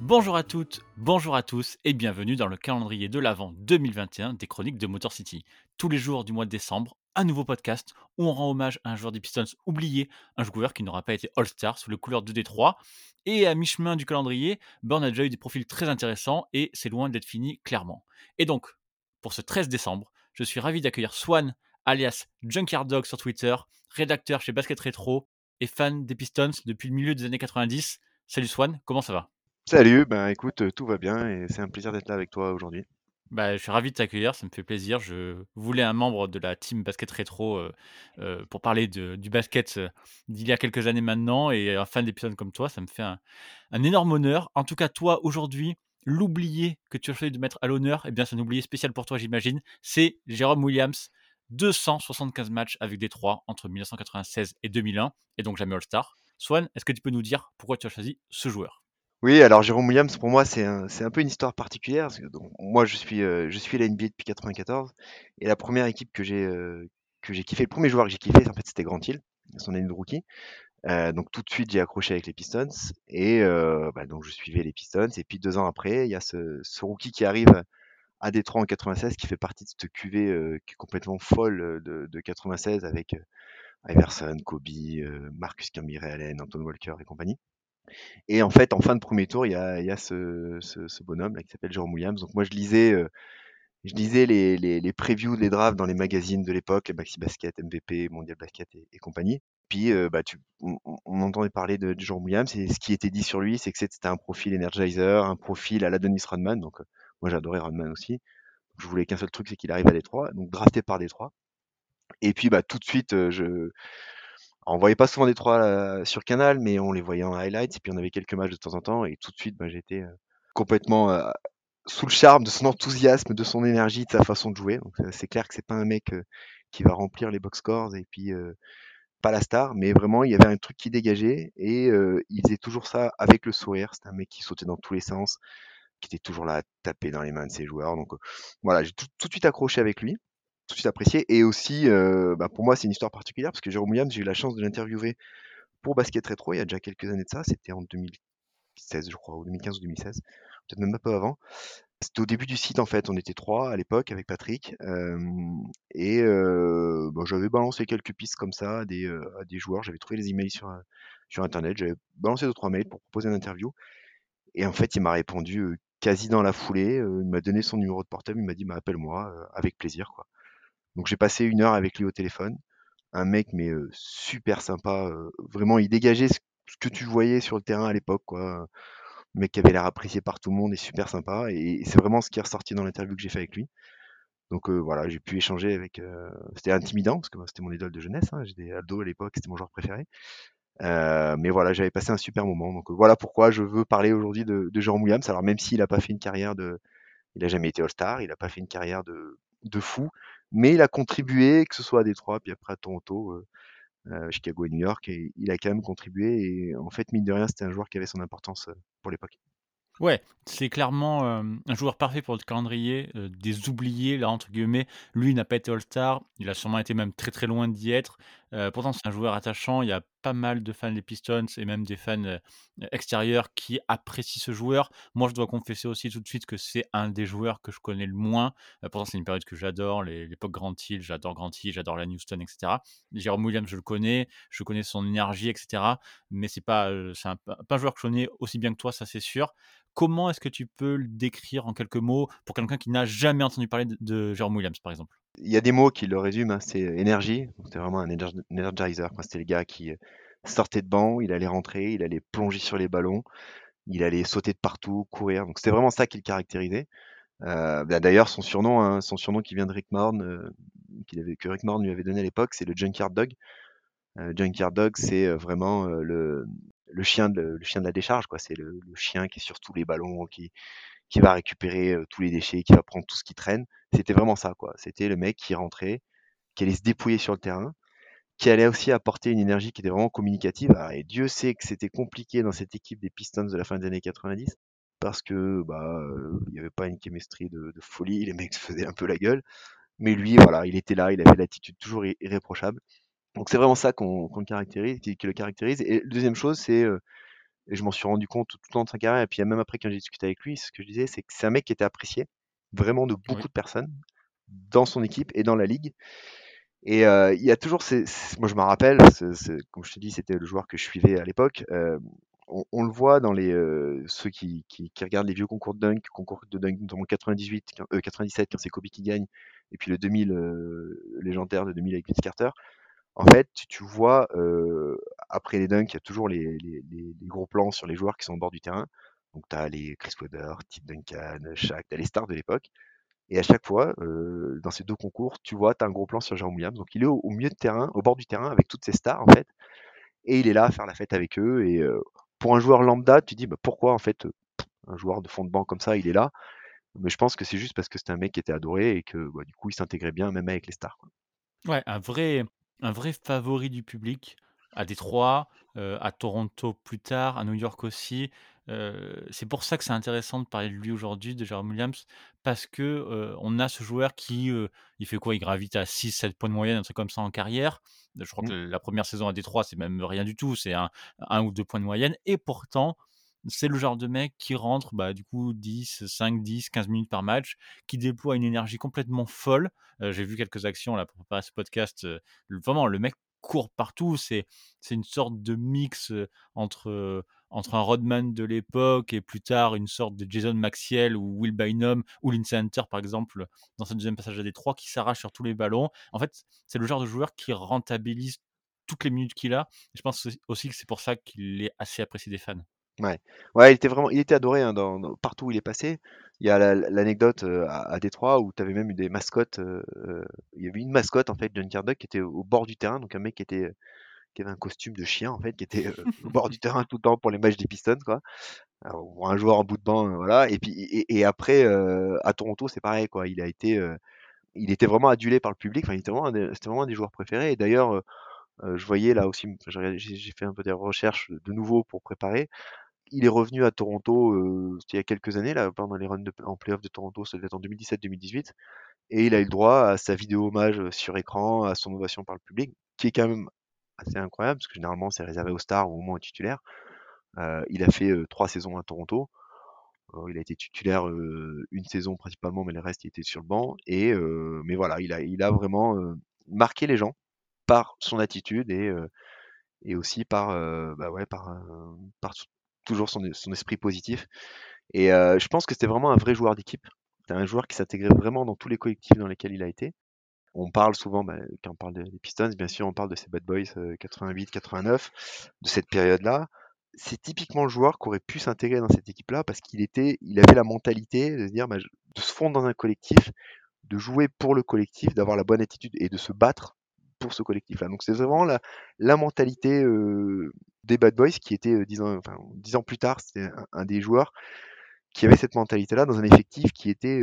Bonjour à toutes, bonjour à tous et bienvenue dans le calendrier de l'Avent 2021 des chroniques de Motor City. Tous les jours du mois de décembre, un nouveau podcast où on rend hommage à un joueur des Pistons oublié, un joueur qui n'aura pas été All-Star sous les couleurs de Détroit. Et à mi-chemin du calendrier, on a déjà eu des profils très intéressants et c'est loin d'être fini clairement. Et donc, pour ce 13 décembre, je suis ravi d'accueillir Swan, alias Junkyard Dog sur Twitter, rédacteur chez Basket Retro et fan des Pistons depuis le milieu des années 90. Salut Swan, comment ça va? Salut, ben écoute, tout va bien et c'est un plaisir d'être là avec toi aujourd'hui. Bah, je suis ravi de t'accueillir, ça me fait plaisir. Je voulais un membre de la team basket rétro, pour parler du basket, d'il y a quelques années maintenant et un fan d'épisodes comme toi, ça me fait un énorme honneur. En tout cas, toi, aujourd'hui, l'oublié que tu as choisi de mettre à l'honneur, eh bien, c'est un oublié spécial pour toi, j'imagine, c'est Jérôme Williams. 275 matchs avec Détroit entre 1996 et 2001 et donc jamais All-Star. Swan, est-ce que tu peux nous dire pourquoi tu as choisi ce joueur? Oui, alors Jérôme Williams, pour moi, c'est un peu une histoire particulière parce que donc moi, je suis la NBA depuis 94 et la première équipe que j'ai kiffé, le premier joueur que j'ai kiffé, en fait, c'était Grant Hill, son année de rookie. Donc tout de suite, j'ai accroché avec les Pistons et bah, donc je suivais les Pistons et puis 2 ans après, il y a ce rookie qui arrive à Détroit en 96 qui fait partie de cette cuvée, qui est complètement folle, de 96 avec, Iverson, Kobe, Marcus Camby, Ray Allen, Anton Walker et compagnie. Et en fait, en fin de premier tour, il y a ce bonhomme là qui s'appelle Jerome Williams. Donc moi, je lisais les previews des drafts dans les magazines de l'époque, les Maxi Basket, MVP, Mondial Basket et compagnie. Puis bah, on entendait parler de Jerome Williams et ce qui était dit sur lui, c'est que c'était un profil Energizer, un profil à la Dennis Rodman. Donc moi, j'adorais Rodman aussi. Je voulais qu'un seul truc, c'est qu'il arrive à Détroit, donc drafté par Détroit. Et puis bah, tout de suite, on voyait pas souvent Détroit sur Canal, mais on les voyait en highlights. Et puis on avait quelques matchs de temps en temps. Et tout de suite, bah, j'étais complètement sous le charme de son enthousiasme, de son énergie, de sa façon de jouer. Donc c'est clair que c'est pas un mec qui va remplir les box scores et puis pas la star, mais vraiment il y avait un truc qui dégageait et il faisait toujours ça avec le sourire. C'était un mec qui sautait dans tous les sens, qui était toujours là à taper dans les mains de ses joueurs. Donc voilà, j'ai tout de suite accroché avec lui, tout de suite apprécié. Et aussi, bah, pour moi, c'est une histoire particulière parce que Jérôme Williams, j'ai eu la chance de l'interviewer pour Basket Rétro il y a déjà quelques années de ça. C'était en 2016, je crois, ou 2015 ou 2016, peut-être même un peu avant. C'était au début du site en fait, on était trois à l'époque avec Patrick, et bah, j'avais balancé quelques pistes comme ça à des joueurs. J'avais trouvé les emails sur internet, j'avais balancé 2-3 mails pour proposer une interview et en fait, il m'a répondu, quasi dans la foulée, il m'a donné son numéro de portable, il m'a dit: «Bah, appelle-moi, avec plaisir, quoi». Donc j'ai passé 1 heure avec lui au téléphone. Un mec mais super sympa, vraiment il dégageait ce que tu voyais sur le terrain à l'époque, quoi. Un mec qui avait l'air apprécié par tout le monde et super sympa et c'est vraiment ce qui est ressorti dans l'interview que j'ai fait avec lui. Donc voilà, j'ai pu échanger avec, c'était intimidant parce que, bah, c'était mon idole de jeunesse, hein. J'étais ado à l'époque, c'était mon joueur préféré. Mais voilà, j'avais passé un super moment. Donc voilà pourquoi je veux parler aujourd'hui de Jérôme Williams. Alors même s'il a pas fait une carrière de il a jamais été All-Star, il a pas fait une carrière de fou, mais il a contribué, que ce soit à Détroit, puis après à Toronto, Chicago et New York, et il a quand même contribué. Et en fait, mine de rien, c'était un joueur qui avait son importance pour l'époque. Ouais, c'est clairement, un joueur parfait pour le calendrier, des «oubliés» là, entre guillemets. Lui, il n'a pas été All-Star, il a sûrement été même très, très loin d'y être. Pourtant c'est un joueur attachant, il y a pas mal de fans des Pistons et même des fans, extérieurs qui apprécient ce joueur. Moi, je dois confesser aussi tout de suite que c'est un des joueurs que je connais le moins. Pourtant c'est une période que j'adore, l'époque Grant Hill, j'adore la Houston et cetera. Jérôme Williams, je connais son énergie et cetera, mais c'est pas un joueur que je connais aussi bien que toi, ça c'est sûr. Comment est-ce que tu peux le décrire en quelques mots pour quelqu'un qui n'a jamais entendu parler de Jérôme Williams, par exemple? Il y a des mots qui le résument, hein, c'est énergie. Donc, c'était vraiment un energizer, quoi. C'était le gars qui sortait de banc, il allait rentrer, il allait plonger sur les ballons, il allait sauter de partout, courir. Donc c'était vraiment ça qui le caractérisait. Bah, d'ailleurs, son surnom qui vient de Rick Mahorn, que Rick Mahorn lui avait donné à l'époque, c'est le Junkyard Dog. Junkyard Dog, c'est vraiment le chien de la décharge, quoi. C'est le chien qui est sur tous les ballons, qui va récupérer tous les déchets, qui va prendre tout ce qui traîne. C'était vraiment ça, quoi. C'était le mec qui rentrait, qui allait se dépouiller sur le terrain, qui allait aussi apporter une énergie qui était vraiment communicative. Ah, et Dieu sait que c'était compliqué dans cette équipe des Pistons de la fin des années 90 parce que bah il n'y avait pas une chemistry de folie, les mecs se faisaient un peu la gueule. Mais lui, voilà, il était là, il avait l'attitude toujours irréprochable. Donc c'est vraiment ça qu'on le caractérise, qui le caractérise. Et la deuxième chose, c'est et je m'en suis rendu compte tout au long de sa carrière et puis même après quand j'ai discuté avec lui, ce que je disais, c'est que c'est un mec qui était apprécié, vraiment de Oui, beaucoup de personnes, dans son équipe et dans la ligue. Et il y a toujours moi je me rappelle, comme je te dis, c'était le joueur que je suivais à l'époque. On le voit dans ceux qui regardent les vieux concours de dunk, notamment 98, 97 quand c'est Kobe qui gagne, et puis le 2000 légendaire de 2000 avec Vince Carter. En fait, tu vois, après les dunks, il y a toujours les gros plans sur les joueurs qui sont au bord du terrain. Donc tu as les Chris Webber, Tim Duncan, Shaq, tu as les stars de l'époque. Et à chaque fois, dans ces 2 concours, tu vois, tu as un gros plan sur Jérôme Williams. Donc il est au milieu de terrain, au bord du terrain avec toutes ces stars, en fait, et il est là à faire la fête avec eux. Et pour un joueur lambda, tu dis: «Bah, pourquoi en fait, un joueur de fond de banc comme ça, il est là?» Mais je pense que c'est juste parce que c'était un mec qui était adoré et que, bah, du coup, il s'intégrait bien même avec les stars, quoi. ouais, un vrai favori du public à Détroit, à Toronto plus tard, à New York aussi. C'est pour ça que c'est intéressant de parler de lui aujourd'hui, de Jérôme Williams, parce que, on a ce joueur qui, il fait quoi? Il gravite à 6 7 points de moyenne, un truc comme ça en carrière. Je crois Mmh, que la première saison à Détroit, c'est même rien du tout, c'est un ou 2 points de moyenne et pourtant, c'est le genre de mec qui rentre, bah, du coup 10 5 10 15 minutes par match, qui déploie une énergie complètement folle. J'ai vu quelques actions là pour préparer ce podcast, vraiment le mec court partout. C'est une sorte de mix, entre un Rodman de l'époque et plus tard une sorte de Jason Maxiell ou Will Bynum ou Lindsey Hunter par exemple, dans ce deuxième passage à Détroit qui s'arrache sur tous les ballons. En fait, c'est le genre de joueur qui rentabilise toutes les minutes qu'il a et je pense aussi que c'est pour ça qu'il est assez apprécié des fans. ouais. Ouais, il était adoré, hein, partout où il est passé. Il y a l'anecdote, à Détroit où tu avais même eu des mascottes, il y avait une mascotte en fait, John Carduck, qui était au bord du terrain, donc un mec qui avait un costume de chien en fait, qui était, au bord du terrain tout le temps pour les matchs des Pistons, quoi. Alors, ou un joueur en bout de banc, voilà. Et puis et après, à Toronto, c'est pareil, quoi. Il était vraiment adulé par le public. Enfin, c'était vraiment un des joueurs préférés. Et d'ailleurs, je voyais là aussi, j'ai fait un peu des recherches de nouveau pour préparer. Il est revenu à Toronto, c'était il y a quelques années là, pendant les runs en playoff de Toronto, ça devait être en 2017-2018, et il a eu le droit à sa vidéo hommage sur écran, à son ovation par le public, qui est quand même assez incroyable, parce que généralement c'est réservé aux stars ou au moins aux titulaires. Il a fait 3 saisons à Toronto. Il a été titulaire une saison principalement, mais le reste il était sur le banc. Mais voilà, il a vraiment marqué les gens par son attitude et aussi par, bah ouais, par toujours son esprit positif. Et je pense que c'était vraiment un vrai joueur d'équipe. C'était un joueur qui s'intégrait vraiment dans tous les collectifs dans lesquels il a été. On parle souvent, bah, quand on parle des Pistons, bien sûr, on parle de ces Bad Boys 88-89, de cette période-là. C'est typiquement le joueur qui aurait pu s'intégrer dans cette équipe-là parce il avait la mentalité de se dire, bah, de se fondre dans un collectif, de jouer pour le collectif, d'avoir la bonne attitude et de se battre pour ce collectif-là. Donc c'est vraiment la mentalité des Bad Boys qui était 10 ans, enfin, 10 ans plus tard, c'était un des joueurs qui avait cette mentalité-là dans un effectif qui était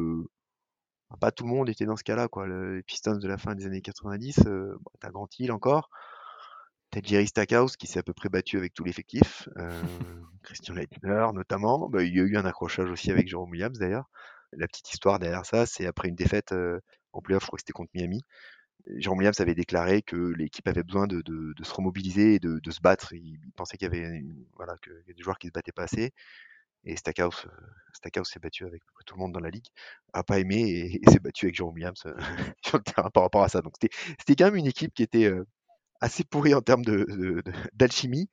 pas tout le monde était dans ce cas-là, quoi. Les Pistons de la fin des années 90, bon, t'as Grant Hill encore, t'as Jerry Stackhouse qui s'est à peu près battu avec tout l'effectif, Christian Laettner notamment. Bah, il y a eu un accrochage aussi avec Jerome Williams d'ailleurs. La petite histoire derrière ça, c'est après une défaite en playoff, je crois que c'était contre Miami. Jerome Williams avait déclaré que l'équipe avait besoin de se remobiliser et de se battre. Il pensait qu'il y avait voilà, qu'il y a des joueurs qui se battaient pas assez. Et Stackhouse s'est battu avec à peu près tout le monde dans la ligue, a pas aimé et s'est battu avec Jerome Williams sur le terrain par rapport à ça. Donc c'était quand même une équipe qui était assez pourrie en termes d'alchimie.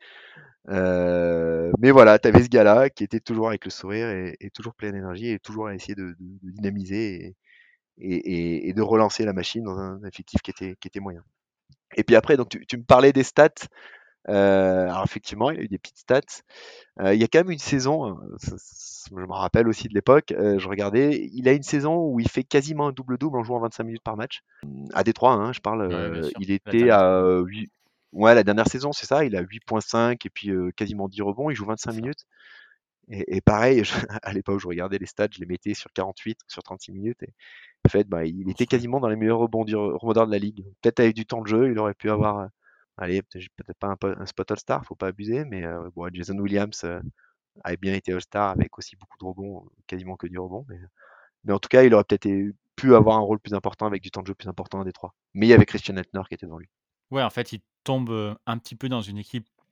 Mais voilà, tu avais ce gars-là qui était toujours avec le sourire et toujours plein d'énergie et toujours à essayer de dynamiser et de relancer la machine dans un effectif qui était moyen. Et puis après, donc tu me parlais des stats. Alors effectivement, il y a eu des petites stats. Il y a quand même une saison, je me rappelle aussi de l'époque, je regardais, il a une saison où il fait quasiment un double-double en jouant 25 minutes par match. À Détroit, hein, je parle, Ouais, bien sûr, il la était dernière à saison, 8, ouais, la dernière saison, c'est ça, il a 8,5 et puis quasiment 10 rebonds, il joue c'est 25 ça. minutes. Et pareil, à l'époque, je regardais les stats, je les mettais sur 48, sur 36 minutes. Et en fait, bah, il était Monstrueux. quasiment dans les meilleurs rebondeurs de la ligue. Peut-être avec du temps de jeu, il aurait pu avoir, allez, peut-être pas un spot All-Star, faut pas abuser, mais bon, Jason Williams avait bien été All-Star avec aussi beaucoup de rebonds, quasiment que du rebond. Mais en tout cas, il aurait peut-être pu avoir un rôle plus important avec du temps de jeu plus important à Détroit. Mais il y avait Christian Eltner qui était devant lui. Ouais, en fait, il tombe, un petit peu dans une équipe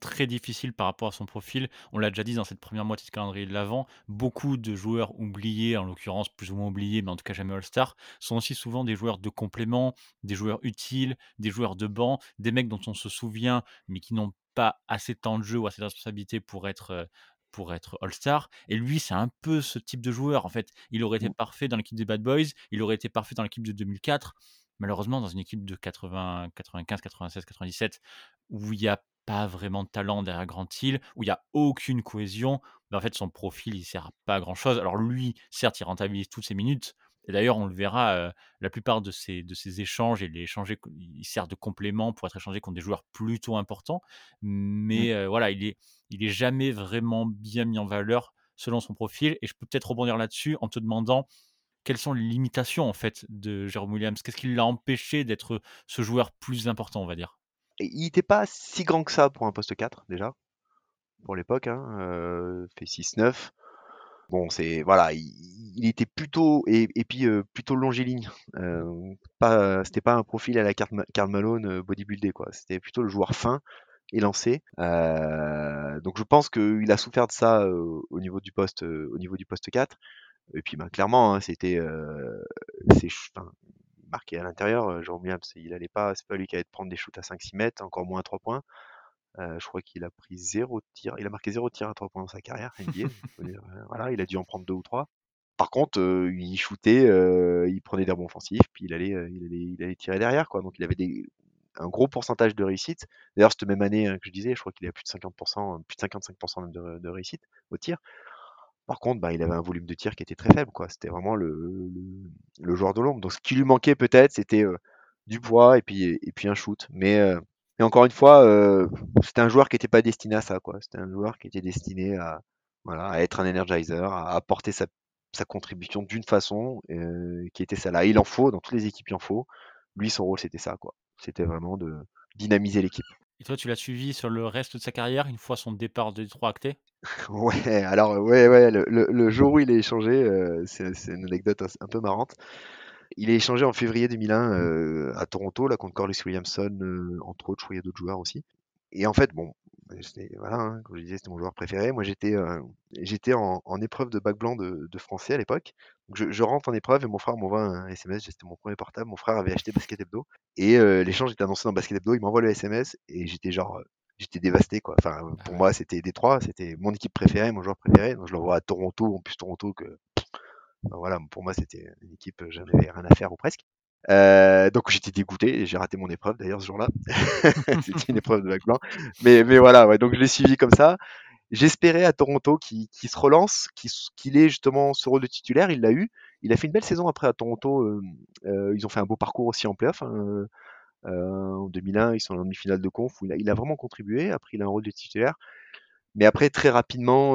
très difficile par rapport à son profil. On l'a déjà dit dans cette première moitié de calendrier de l'avant, beaucoup de joueurs oubliés, en l'occurrence plus ou moins oubliés, mais en tout cas jamais All-Star, sont aussi souvent des joueurs de complément, des joueurs utiles, des joueurs de banc, des mecs dont on se souvient, mais qui n'ont pas assez de temps de jeu ou assez de responsabilités pour être All-Star. Et lui, c'est un peu ce type de joueur. En fait, il aurait été Mmh. parfait dans l'équipe des Bad Boys, il aurait été parfait dans l'équipe de 2004. Malheureusement, dans une équipe de 80, 95, 96, 97, où il y a pas vraiment de talent derrière Grant Hill, où il y a aucune cohésion, bah, en fait, son profil, il sert pas à grand chose. Alors lui, certes, il rentabilise toutes ses minutes et d'ailleurs, on le verra, la plupart de ces échanges, il sert de complément pour être échangé contre des joueurs plutôt importants. Mmh. Mais, voilà, il est jamais vraiment bien mis en valeur selon son profil et je peux peut-être rebondir là-dessus en te demandant quelles sont les limitations, en fait, de Jérôme Williams? Qu'est-ce qui l'a empêché d'être ce joueur plus important, on va dire? Et il était pas si grand que ça pour un poste 4 déjà, pour l'époque, hein, fait 6-9. Bon, c'est voilà, il était plutôt et puis, plutôt longiligne, pas, c'était pas un profil à la Karl Malone, bodybuildé quoi. C'était plutôt le joueur fin, élancé, donc je pense qu'il a souffert de ça, au niveau du poste 4 et puis, ben, clairement, hein, c'était, c'est ch enfin, marqué à l'intérieur, Jérôme Williams, il allait pas c'est pas lui qui allait te prendre des shoots à 5-6 mètres, encore moins à 3 points. Je crois qu'il a pris 0 tir, il a marqué 0 tir à 3 points dans sa carrière NBA, faut dire, voilà, il a dû en prendre 2 ou 3. Par contre, il shootait, il prenait des rebonds offensifs, puis il allait tirer derrière, quoi. Donc il avait un gros pourcentage de réussite. D'ailleurs, cette même année, hein, que je disais, je crois qu'il est à plus de 50, plus de 55% même de réussite au tir. Par contre, bah, il avait un volume de tir qui était très faible, quoi. C'était vraiment le joueur de l'ombre. Donc, ce qui lui manquait peut-être, c'était du poids et puis un shoot. Mais encore une fois, c'était un joueur qui n'était pas destiné à ça, quoi. C'était un joueur qui était destiné à, voilà, à être un energizer, à apporter sa contribution d'une façon qui était celle-là. Il en faut, dans toutes les équipes, il en faut. Lui, son rôle, c'était ça, quoi. C'était vraiment de dynamiser l'équipe. Et toi, tu l'as suivi sur le reste de sa carrière, une fois son départ de Détroit acté? Ouais, alors ouais, ouais, le jour où il est échangé, c'est une anecdote un peu marrante. Il est échangé en février 2001 à Toronto, là, contre Corliss Williamson, entre autres, je crois qu'il y a d'autres joueurs aussi. Et en fait, bon, voilà, hein, comme je disais, c'était mon joueur préféré. Moi, j'étais en épreuve de bac blanc de français à l'époque. Donc, je rentre en épreuve et mon frère m'envoie un SMS. C'était mon premier portable. Mon frère avait acheté Basket Hebdo. Et l'échange était annoncé dans Basket Hebdo. Il m'envoie le SMS et j'étais genre, j'étais dévasté, quoi. Enfin, Ah pour ouais. moi, c'était Détroit, c'était mon équipe préférée, mon joueur préféré. Donc, je l'envoie à Toronto. En plus, Toronto, enfin, voilà, pour moi, c'était une équipe, j'en avais rien à faire ou presque. Donc j'étais dégoûté et j'ai raté mon épreuve d'ailleurs ce jour-là. C'était une épreuve de bac blanc. Mais voilà, ouais, donc je l'ai suivi comme ça. J'espérais à Toronto qu'il se relance, qu'il ait justement ce rôle de titulaire. Il l'a eu. Il a fait une belle saison après à Toronto. Ils ont fait un beau parcours aussi en playoff, hein. En 2001, ils sont en demi-finale de conf où il a vraiment contribué. Après, il a un rôle de titulaire. Mais après, très rapidement,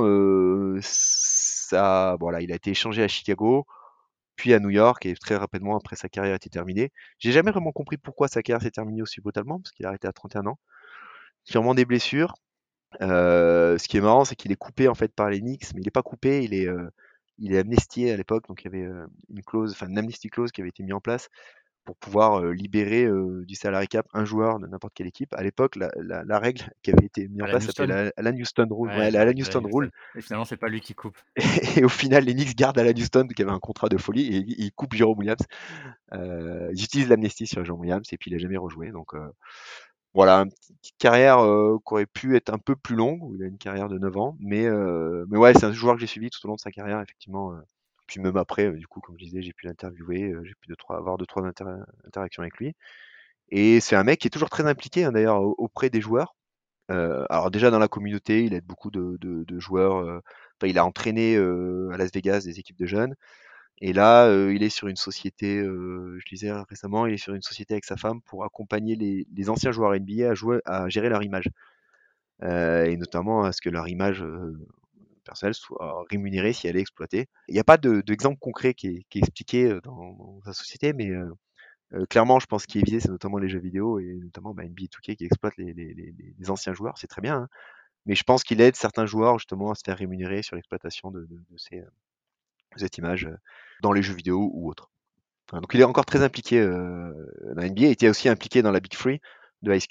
voilà, il a été échangé à Chicago puis à New York et très rapidement après sa carrière était terminée. J'ai jamais vraiment compris pourquoi sa carrière s'est terminée aussi brutalement, parce qu'il a arrêté à 31 ans. Sûrement des blessures. Ce qui est marrant, c'est qu'il est coupé en fait par les Knicks, mais il est pas coupé, il est amnistié à l'époque, donc il y avait une clause, enfin une amnesty clause qui avait été mise en place pour pouvoir libérer du salary cap un joueur de n'importe quelle équipe. À l'époque, la règle qui avait été mise en Alan place s'appelait Houston? Alan Houston Rule. Ouais, Ouais, la la Alan règle d'Alan Houston Rule. Houston et finalement, c'est pas lui qui coupe. Et au final, les Knicks gardent Alan Houston, qui avait un contrat de folie, et ils coupent Jérôme Williams. Ils utilisent l'amnistie sur John Williams et puis il a jamais rejoué. Donc voilà, une petite carrière qui aurait pu être un peu plus longue, où il a une carrière de 9 ans. Mais ouais, c'est un joueur que j'ai suivi tout au long de sa carrière, effectivement. Puis même après, du coup, comme je disais, j'ai pu l'interviewer, j'ai pu avoir deux, trois interactions avec lui. Et c'est un mec qui est toujours très impliqué, hein, d'ailleurs, auprès des joueurs. Alors déjà dans la communauté, il aide beaucoup de joueurs. Enfin, il a entraîné à Las Vegas des équipes de jeunes. Et là, il est sur une société, je disais récemment, il est sur une société avec sa femme pour accompagner les anciens joueurs NBA à gérer leur image. Et notamment à ce que leur image personnelle soit rémunérée si elle est exploitée. Il n'y a pas d'exemple concret qui est expliqué dans sa société, mais clairement, je pense qu'il est visé, c'est notamment les jeux vidéo et notamment NBA 2K qui exploite les anciens joueurs. C'est très bien, hein. Mais je pense qu'il aide certains joueurs justement à se faire rémunérer sur l'exploitation de cette image dans les jeux vidéo ou autres. Donc il est encore très impliqué dans la NBA, il était aussi impliqué dans la Big Free de Ice Cube,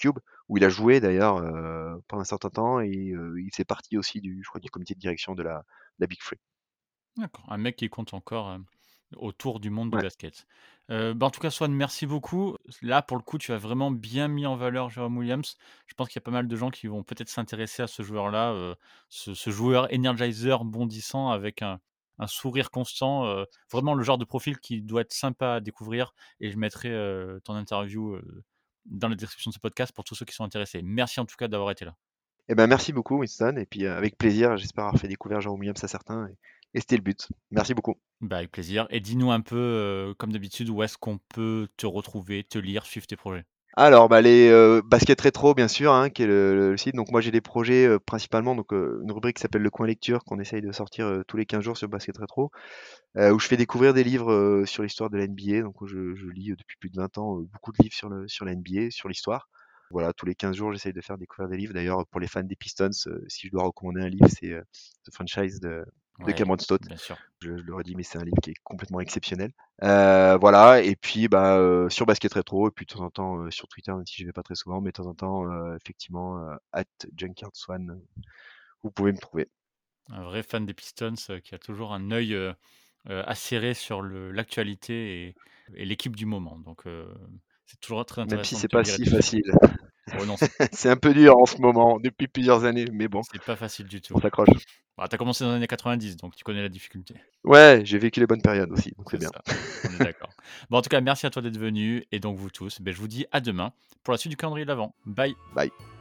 où il a joué d'ailleurs pendant un certain temps et il faisait partie aussi je crois, du comité de direction de la Big Free. D'accord, un mec qui compte encore, autour du monde du Ouais. basket. En tout cas, Swan, merci beaucoup. Là, pour le coup, tu as vraiment bien mis en valeur Jérôme Williams. Je pense qu'il y a pas mal de gens qui vont peut-être s'intéresser à ce joueur-là, ce joueur energizer bondissant avec un sourire constant, vraiment le genre de profil qui doit être sympa à découvrir et je mettrai, ton interview, dans la description de ce podcast pour tous ceux qui sont intéressés. Merci en tout cas d'avoir été là. Eh ben, merci beaucoup Winston et puis, avec plaisir, j'espère avoir fait découvrir Jean Williams à certains et c'était le but. Merci beaucoup. Bah, avec plaisir et dis-nous un peu, comme d'habitude, où est-ce qu'on peut te retrouver, te lire, suivre tes projets? Alors, bah, les, Basket Rétro bien sûr, hein, qui est le site. Donc moi j'ai des projets, principalement donc, une rubrique qui s'appelle Le Coin Lecture qu'on essaye de sortir, tous les 15 jours sur Basket Rétro, où je fais découvrir des livres, sur l'histoire de la NBA. Donc je lis, depuis plus de 20 ans, beaucoup de livres sur la NBA, sur l'histoire. Voilà, tous les 15 jours, j'essaye de faire découvrir des livres. D'ailleurs, pour les fans des Pistons, si je dois recommander un livre, c'est, The Franchise de Ouais, Cameron Stott. bien sûr. Je le redis, mais c'est un livre qui est complètement exceptionnel. Voilà, et puis bah, sur Basket Rétro, et puis de temps en temps sur Twitter, même si je vais pas très souvent, mais de temps en temps, effectivement, @Junkyard Swan, vous pouvez me trouver. Un vrai fan des Pistons, qui a toujours un œil, acéré sur l'actualité et l'équipe du moment. C'est toujours très Même si intéressant de c'est te pas lire et si de suivre. facile. Ouais, non, C'est un peu dur en ce moment, depuis plusieurs années, mais bon, c'est pas facile du tout. on s'accroche. Bah, tu commencé dans les années 90, donc tu connais la difficulté. Ouais, j'ai vécu les bonnes périodes aussi, donc c'est C'est bien. ça, on est d'accord. En tout cas, merci à toi d'être venu et donc vous tous, je vous dis à demain pour la suite du calendrier de l'avant. Bye. Bye.